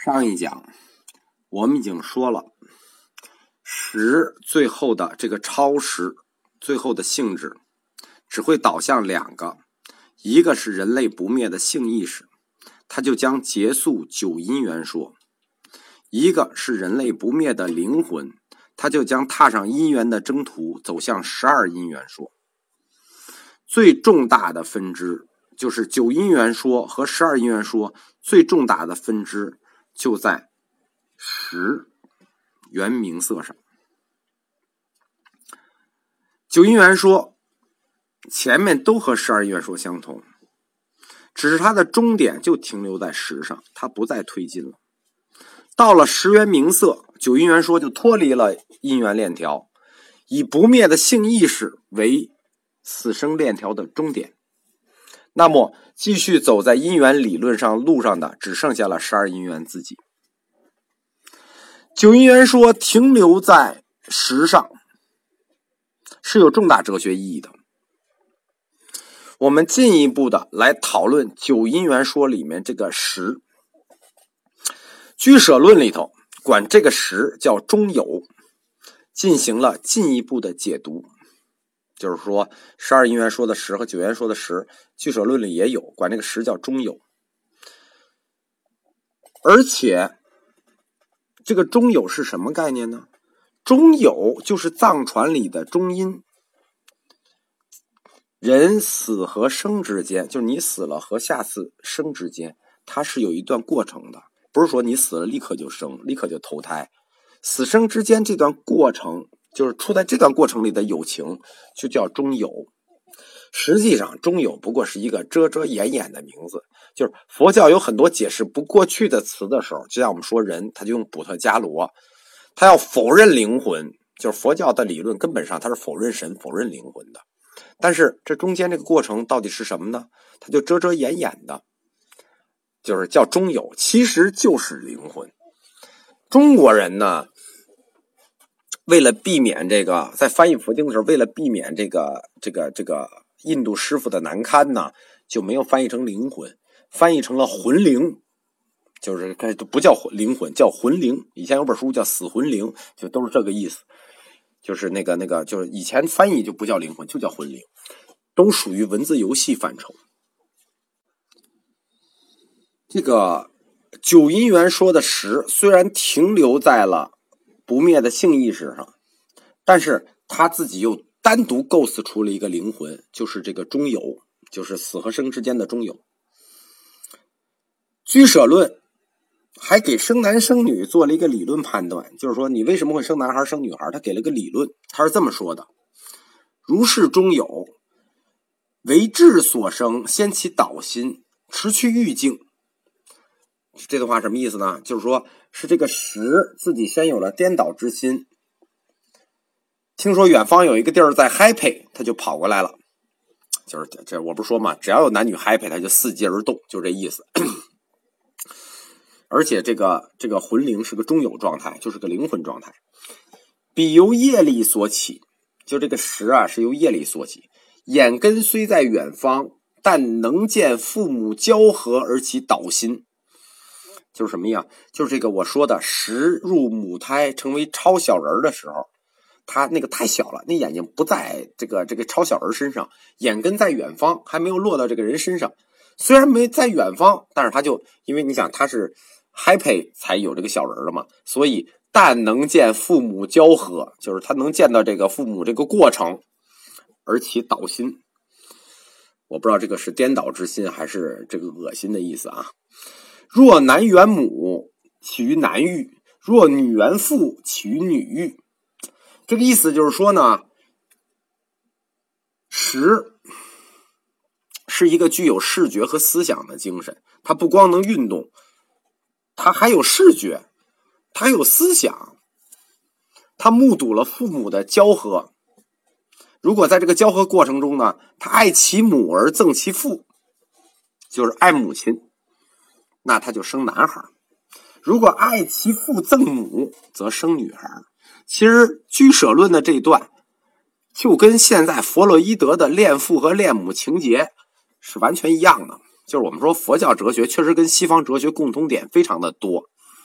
上一讲我们已经说了，识最后的这个超识最后的性质只会导向两个，一个是人类不灭的性意识，它就将结束九因缘说；一个是人类不灭的灵魂，它就将踏上因缘的征途，走向12因缘说。最重大的分支就是九因缘说和12因缘说，最重大的分支就在识原名色上。九因缘说前面都和12因缘说相同，只是它的终点就停留在识上，它不再推进了。到了识原名色，九因缘说就脱离了因缘链条，以不灭的性意识为死生链条的终点。那么继续走在因缘理论上路上的只剩下了12因缘自己。九因缘说停留在识上是有重大哲学意义的。我们进一步的来讨论九因缘说里面这个识。居舍论里头管这个识叫中有，进行了进一步的解读。就是说12因缘说的识和九因缘说的识，居舍论里也有，管这个识叫中有。而且这个中有是什么概念呢？中有就是藏传里的中阴。人死和生之间，就是你死了和下次生之间，它是有一段过程的，不是说你死了立刻就生，立刻就投胎。死生之间这段过程，就是处在这段过程里的有情，就叫中有。实际上中有不过是一个遮遮掩掩的名字，就是佛教有很多解释不过去的词的时候，就像我们说人，他就用补特伽罗，他要否认灵魂，就是佛教的理论根本上他是否认神否认灵魂的。但是这中间这个过程到底是什么呢？它就遮遮掩掩的，就是叫中有，其实就是灵魂。中国人呢，为了避免这个在翻译佛经的时候，为了避免这个印度师傅的难堪呢，就没有翻译成灵魂，翻译成了魂灵，就是不叫灵魂，叫魂灵。以前有本书叫死魂灵，就都是这个意思。就是那个就是以前翻译就不叫灵魂，就叫魂灵，都属于文字游戏范畴。这个九因缘说的识虽然停留在了不灭的性意识上，但是他自己又单独构思出了一个灵魂，就是这个中有，就是死和生之间的中有。居舍论还给生男生女做了一个理论判断，就是说你为什么会生男孩生女孩，他给了个理论，他是这么说的：如是中有，为智所生，先其导心，持去欲境。这段话什么意思呢？就是说是这个识自己先有了颠倒之心，听说远方有一个地儿在 happy， 他就跑过来了。就是这我不是说嘛，只要有男女 happy， 他就伺机而动，就这意思。而且这个魂灵是个中有状态，就是个灵魂状态。彼由业力所起，就这个识啊是由业力所起。眼根虽在远方，但能见父母交合而其导心。就是什么呀？就是这个我说的识入母胎成为超小人的时候，他那个太小了，那眼睛不在这个超小人身上，眼根在远方，还没有落到这个人身上。虽然没在远方，但是他就因为你想他是happy 才有这个小人了嘛，所以但能见父母交合，就是他能见到这个父母这个过程，而其导心。我不知道这个是颠倒之心还是这个恶心的意思啊。若男缘母，起于男欲；若女缘父，起于女欲。这个意思就是说呢，识是一个具有视觉和思想的精神，它不光能运动，他还有视觉，他还有思想，他目睹了父母的交合。如果在这个交合过程中呢，他爱其母而憎其父，就是爱母亲，那他就生男孩；如果爱其父憎母，则生女孩。其实居舍论的这一段就跟现在弗洛伊德的恋父和恋母情节是完全一样的。就是我们说佛教哲学确实跟西方哲学共同点非常的多，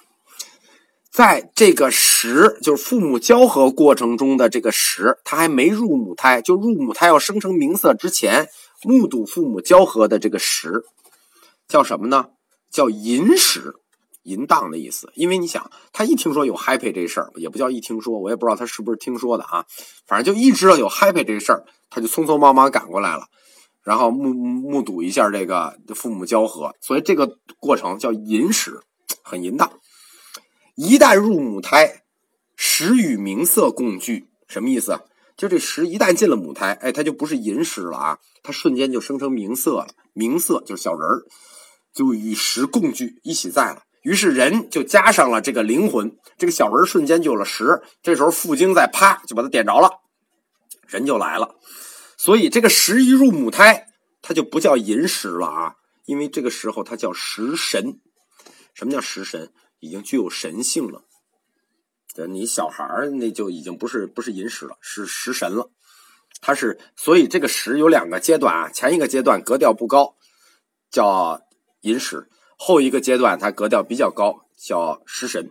在这个时，就是父母交合过程中的这个时，他还没入母胎，就入母胎要生成名色之前，目睹父母交合的这个时，叫什么呢？叫淫时，淫荡的意思。因为你想，他一听说有 happy 这事儿，也不叫一听说，我也不知道他是不是听说的啊，反正就一知道有 happy 这事儿，他就匆匆忙忙赶过来了，然后目睹一下这个父母交合，所以这个过程叫淫时，很淫荡。一旦入母胎，时与名色共聚，什么意思？就这时一旦进了母胎，它就不是淫时了啊，它瞬间就生成名色了。名色就是小人儿，就与时共聚，一起在了。于是人就加上了这个灵魂，这个小人瞬间就有了时，这时候父精在啪就把它点着了，人就来了。所以这个时一入母胎，它就不叫淫时了啊，因为这个时候它叫时神。什么叫时神？已经具有神性了。你小孩那就已经不是淫时了，是时神了。它是，所以这个时有两个阶段啊，前一个阶段格调不高，叫淫时，后一个阶段它格调比较高，叫时神。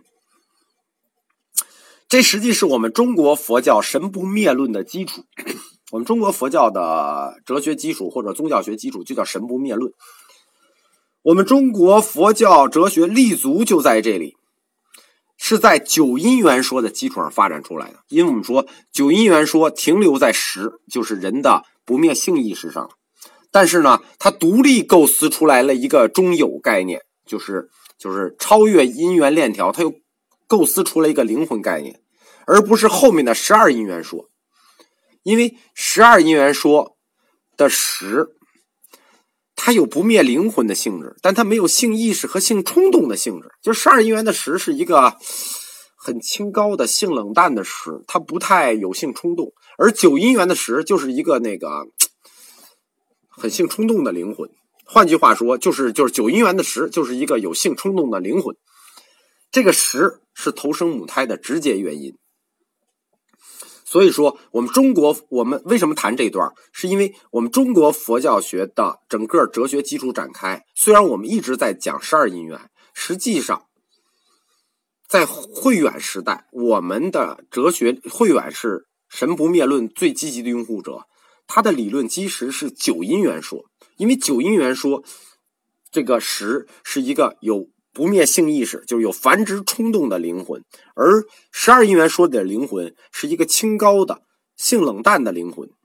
这实际是我们中国佛教神不灭论的基础。我们中国佛教的哲学基础或者宗教学基础就叫神不灭论。我们中国佛教哲学立足就在这里，是在九因缘说的基础上发展出来的。因为我们说九因缘说停留在时，就是人的不灭性意识上，但是呢，它独立构思出来了一个中有概念，就是超越因缘链条，它又构思出了一个灵魂概念，而不是后面的12因缘说。因为12因缘说的时，它有不灭灵魂的性质，但它没有性意识和性冲动的性质。就12因缘的时是一个很清高的性冷淡的时，它不太有性冲动，而9因缘的时就是一个那个很性冲动的灵魂。换句话说，就是9因缘的时就是一个有性冲动的灵魂。这个时是投生母胎的直接原因。所以说我们为什么谈这一段，是因为我们中国佛教学的整个哲学基础展开，虽然我们一直在讲12因缘，实际上在慧远时代，我们的哲学慧远是神不灭论最积极的拥护者，他的理论基石是9因缘说。因为9因缘说这个时是一个有不灭性意识，就是有繁殖冲动的灵魂，而12因缘说的灵魂是一个清高的性冷淡的灵魂。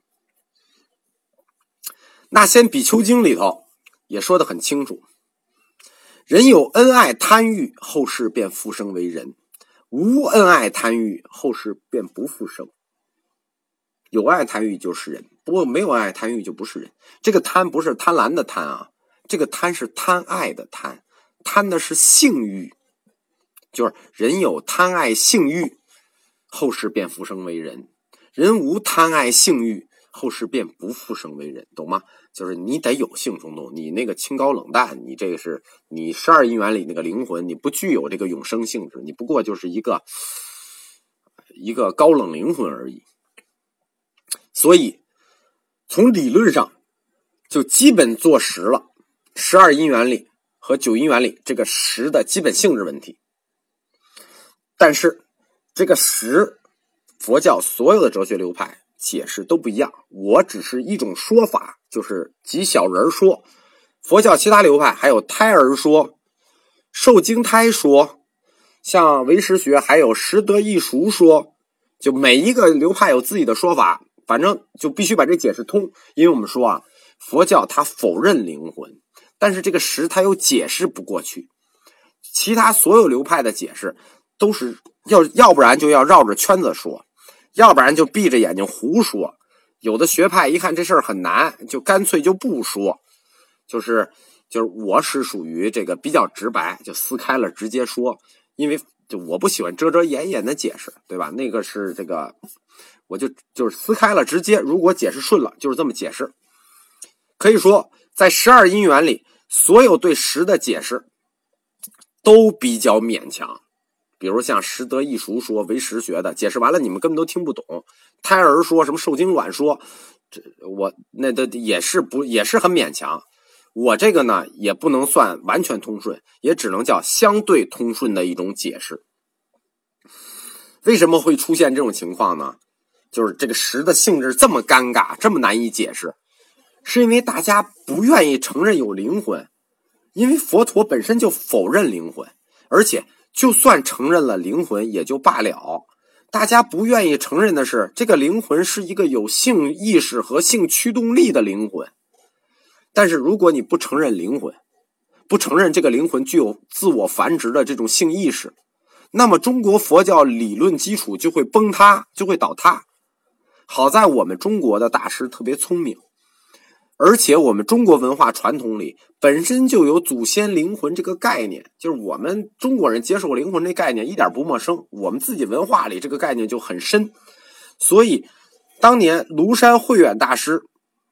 那仙比丘经里头也说得很清楚，人有恩爱贪欲，后世便复生为人；无恩爱贪欲，后世便不复生。有爱贪欲就是人，不过没有爱贪欲就不是人。这个贪不是贪婪的贪啊，这个贪是贪爱的贪，贪的是性欲，就是人有贪爱性欲，后世便复生为人；人无贪爱性欲，后世便不复生为人，懂吗？就是你得有性冲动，你那个清高冷淡，你这个是你12因缘里那个灵魂，你不具有这个永生性质，你不过就是一个高冷灵魂而已。所以从理论上就基本坐实了12因缘里和9因缘里这个时的基本性质问题。但是这个时，佛教所有的哲学流派解释都不一样，我只是一种说法，就是即小人说。佛教其他流派还有胎儿说、受精胎说，像唯识学还有识得一熟说，就每一个流派有自己的说法，反正就必须把这解释通。因为我们说啊，佛教它否认灵魂，但是这个时它又解释不过去。其他所有流派的解释都是要不然就要绕着圈子说，要不然就闭着眼睛胡说。有的学派一看这事儿很难，就干脆就不说。就是我是属于这个比较直白，就撕开了直接说，因为就我不喜欢遮遮掩掩的解释，对吧？那个是这个，我就是撕开了直接，如果解释顺了，就是这么解释。可以说，在12因缘里，所有对时的解释都比较勉强。比如像识得一熟说，唯识学的解释完了，你们根本都听不懂。胎儿说什么受精卵说，我那的也是很勉强。我这个呢，也不能算完全通顺，也只能叫相对通顺的一种解释。 为什么会出现这种情况呢？就是这个实的性质这么尴尬，这么难以解释，是因为大家不愿意承认有灵魂，因为佛陀本身就否认灵魂，而且就算承认了灵魂也就罢了，大家不愿意承认的是，这个灵魂是一个有性意识和性驱动力的灵魂。但是如果你不承认灵魂，不承认这个灵魂具有自我繁殖的这种性意识，那么中国佛教理论基础就会崩塌，就会倒塌。好在我们中国的大师特别聪明，而且我们中国文化传统里本身就有祖先灵魂这个概念，就是我们中国人接受灵魂这概念一点不陌生，我们自己文化里这个概念就很深。所以当年庐山慧远大师，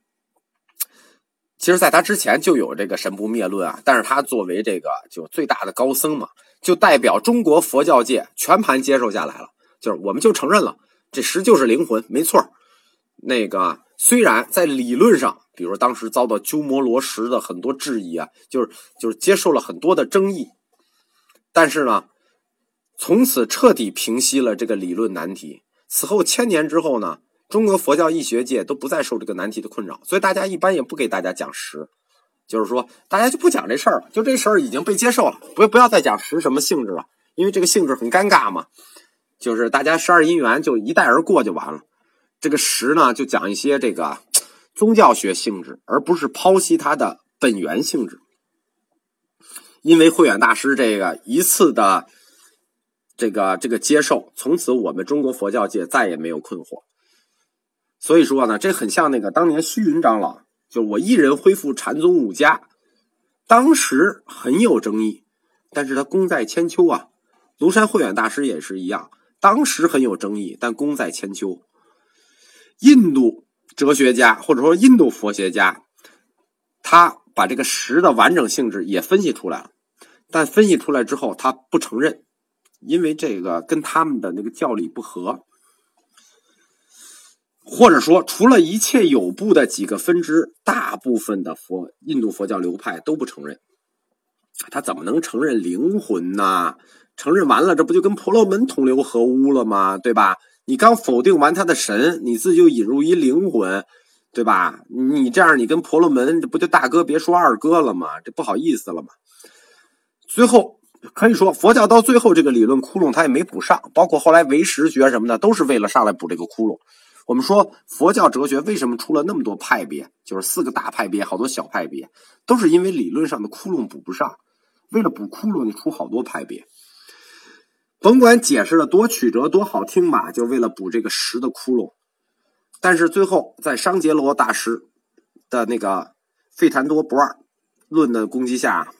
其实在他之前就有这个神不灭论啊，但是他作为这个就最大的高僧嘛，就代表中国佛教界全盘接受下来了，就是我们就承认了这实就是灵魂，没错。那个虽然在理论上，比如当时遭到鸠摩罗什的很多质疑啊，就是接受了很多的争议，但是呢，从此彻底平息了这个理论难题。此后1000年之后呢，中国佛教医学界都不再受这个难题的困扰，所以大家一般也不给大家讲实，就是说大家就不讲这事儿了，就这事儿已经被接受了，不要再讲实什么性质了，因为这个性质很尴尬嘛，就是大家12因缘就一带而过就完了。这个实呢，就讲一些这个宗教学性质，而不是剖析它的本源性质。因为慧远大师这个一次的这个接受，从此我们中国佛教界再也没有困惑。所以说呢，这很像那个当年虚云长老，就我一人恢复禅宗5家，当时很有争议，但是他功在千秋啊。庐山慧远大师也是一样，当时很有争议，但功在千秋。印度哲学家或者说印度佛学家，他把这个实的完整性质也分析出来了，但分析出来之后他不承认，因为这个跟他们的那个教理不合，或者说除了一切有部的几个分支，大部分的印度佛教流派都不承认。他怎么能承认灵魂呢？承认完了，这不就跟婆罗门同流合污了吗？对吧？你刚否定完他的神，你自己就引入一灵魂，对吧？你这样你跟婆罗门这不就大哥别说二哥了吗？这不好意思了吗？最后可以说佛教到最后这个理论窟窿他也没补上，包括后来唯识学什么的都是为了上来补这个窟窿。我们说佛教哲学为什么出了那么多派别，就是4个大派别好多小派别，都是因为理论上的窟窿补不上，为了补窟窿你出好多派别，甭管解释的多曲折多好听吧，就为了补这个实的窟窿。但是最后在商杰罗大师的那个费檀多不二论的攻击下，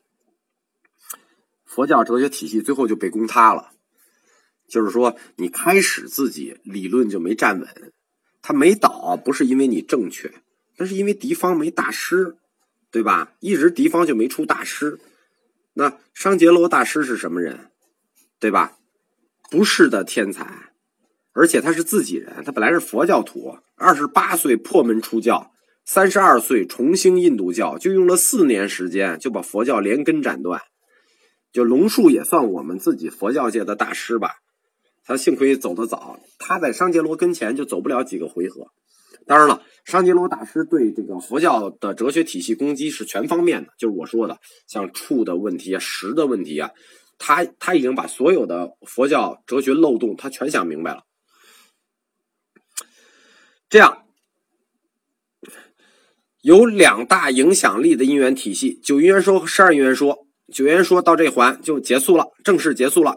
佛教哲学体系最后就被攻塌了。就是说你开始自己理论就没站稳，他没倒不是因为你正确，那是因为敌方没大师，对吧？一直敌方就没出大师。那商杰罗大师是什么人，对吧？不是的天才，而且他是自己人，他本来是佛教徒，28岁破门出教，32岁重兴印度教，就用了4年时间就把佛教连根斩断。就龙树也算我们自己佛教界的大师吧，他幸亏走得早，他在商杰罗跟前就走不了几个回合。当然了，商杰罗大师对这个佛教的哲学体系攻击是全方面的，就是我说的像处的问题啊、实的问题啊，他已经把所有的佛教哲学漏洞他全想明白了。这样有2大影响力的因缘体系，9因缘说和12因缘说。9因缘说到这环就结束了，正式结束了，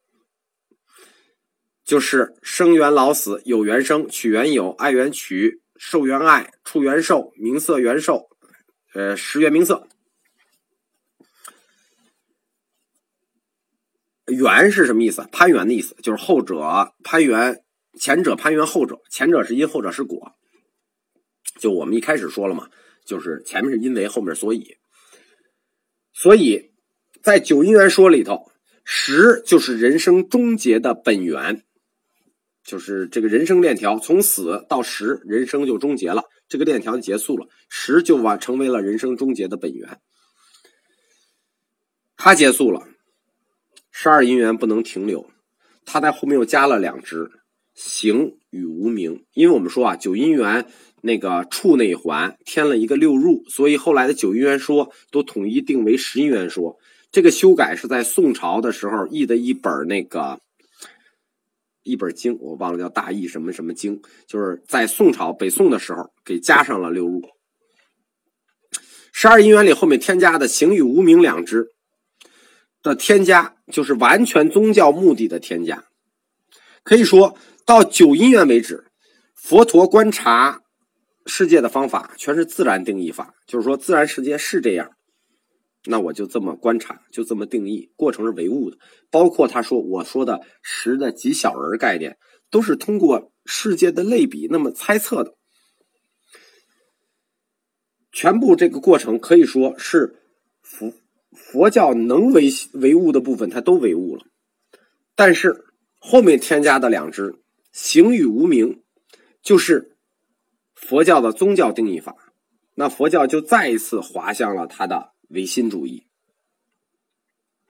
就是生缘老死，有缘生，取缘有，爱缘取，受缘爱，处缘受，名色缘受，识缘名色。缘是什么意思？攀缘的意思，就是后者攀缘，前者攀缘后者，前者是因，后者是果。就我们一开始说了嘛，就是前面是因为，后面是所以。所以在9因缘说里头，识就是人生终结的本源，就是这个人生链条从死到识，人生就终结了，这个链条就结束了，识就成为了人生终结的本源。它结束了，12因缘不能停留， 他在后面又加了2支，行与无名。因为我们说啊，九因缘那个处那一环添了一个六入，所以后来的九因缘说都统一定为10因缘说。这个修改是在宋朝的时候译的一本经，我忘了叫大义什么什么经，就是在宋朝北宋的时候给加上了六入。12因缘里后面添加的行与无名2支的添加，就是完全宗教目的的添加。可以说到9因缘为止，佛陀观察世界的方法全是自然定义法，就是说自然世界是这样，那我就这么观察，就这么定义，过程是唯物的。包括我说的10的极小人概念，都是通过世界的类比那么猜测的。全部这个过程可以说是佛教能唯物的部分它都唯物了，但是后面添加的2支行与无名就是佛教的宗教定义法，那佛教就再一次滑向了它的唯心主义。